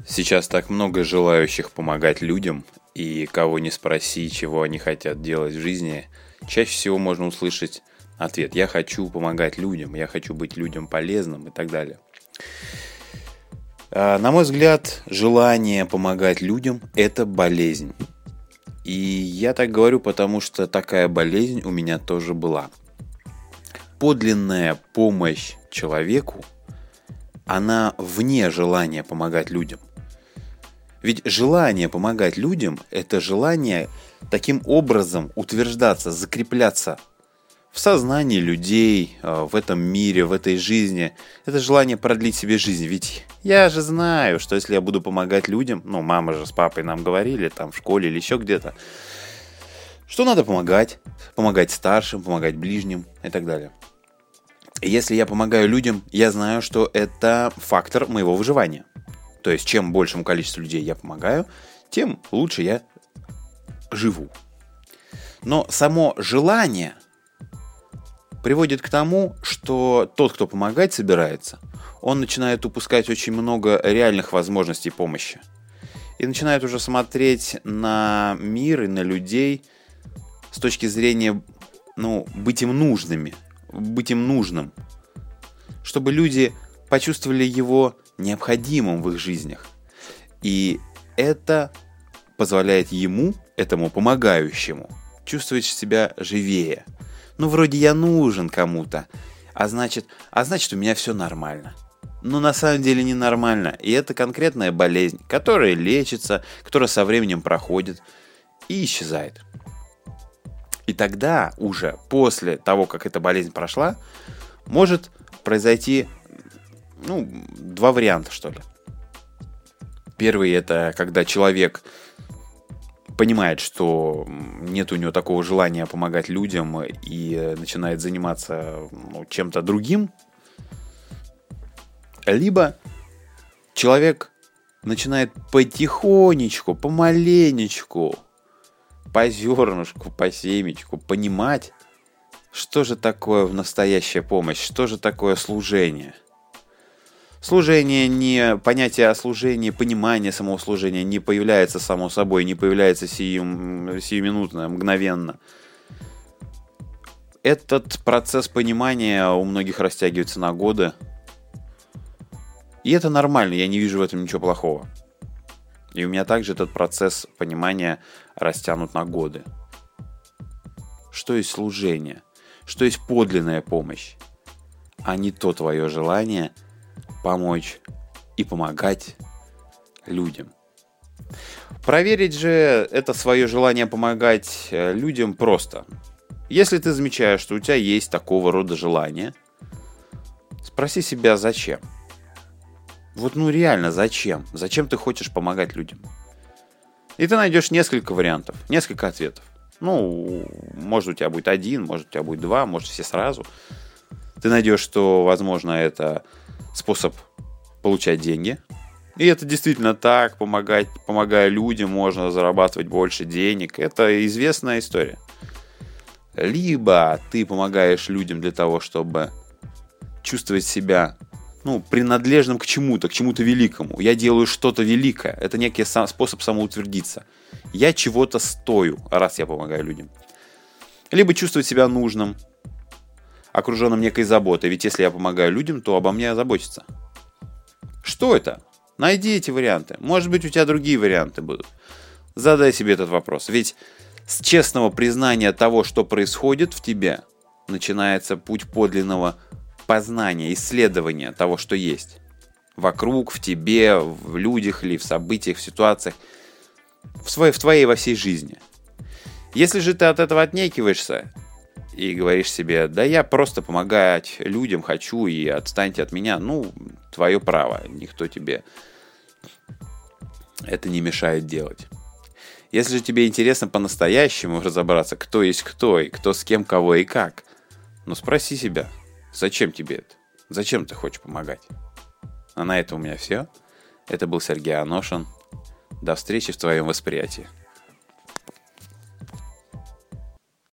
Сейчас так много желающих помогать людям, и кого не спроси, чего они хотят делать в жизни, чаще всего можно услышать ответ: «Я хочу помогать людям, я хочу быть людям полезным» и так далее. На мой взгляд, желание помогать людям – это болезнь. И я так говорю, потому что такая болезнь у меня тоже была. Подлинная помощь человеку, она вне желания помогать людям. Ведь желание помогать людям – это желание таким образом утверждаться, закрепляться в сознании людей, в этом мире, в этой жизни. Это желание продлить себе жизнь. Ведь я же знаю, что если я буду помогать людям, мама же с папой нам говорили, там в школе или еще где-то, что надо помогать старшим, помогать ближним и так далее. И если я помогаю людям, я знаю, что это фактор моего выживания. То есть, чем большему количеству людей я помогаю, тем лучше я живу. Но само желание приводит к тому, что тот, кто помогать собирается, он начинает упускать очень много реальных возможностей помощи. И начинает уже смотреть на мир и на людей с точки зрения, быть им нужными, быть им нужным. Чтобы люди почувствовали его необходимым в их жизнях. И это позволяет ему, этому помогающему, чувствовать себя живее. Вроде я нужен кому-то, а значит у меня все нормально. Но на самом деле не нормально. И это конкретная болезнь, которая лечится, которая со временем проходит и исчезает. И тогда уже после того, как эта болезнь прошла, может произойти два варианта, что ли. Первый – это когда человек понимает, что нет у него такого желания помогать людям и начинает заниматься чем-то другим. Либо человек начинает потихонечку, помаленечку, по зернышку, по семечку понимать, что же такое настоящая помощь, что же такое служение. Понятие о служении, понимание самого служения не появляется само собой, не появляется сиюминутно, мгновенно. Этот процесс понимания у многих растягивается на годы. И это нормально, я не вижу в этом ничего плохого. И у меня также этот процесс понимания растянут на годы. Что есть служение? Что есть подлинная помощь? А не то твое желание помочь и помогать людям. Проверить же это свое желание помогать людям просто. Если ты замечаешь, что у тебя есть такого рода желание, спроси себя, зачем? Реально, зачем? Зачем ты хочешь помогать людям? И ты найдешь несколько вариантов, несколько ответов. Может у тебя будет один, может у тебя будет два, может все сразу. Ты найдешь, что, возможно, это способ получать деньги. И это действительно так, помогая людям, можно зарабатывать больше денег. Это известная история. Либо ты помогаешь людям для того, чтобы чувствовать себя принадлежным к чему-то великому. Я делаю что-то великое. Это некий способ самоутвердиться. Я чего-то стою, раз я помогаю людям. Либо чувствовать себя нужным, окруженным некой заботой. Ведь если я помогаю людям, то обо мне заботятся. Что это? Найди эти варианты. Может быть, у тебя другие варианты будут. Задай себе этот вопрос. Ведь с честного признания того, что происходит в тебе, начинается путь подлинного познания, исследования того, что есть. Вокруг, в тебе, в людях или в событиях, в ситуациях, в твоей во всей жизни. Если же ты от этого отнекиваешься и говоришь себе: да я просто помогать людям хочу и отстаньте от меня, твое право, никто тебе это не мешает делать. Если же тебе интересно по-настоящему разобраться, кто есть кто, и кто с кем, кого и как, спроси себя, зачем тебе это? Зачем ты хочешь помогать? А на этом у меня все. Это был Сергей Аношин. До встречи в твоем восприятии.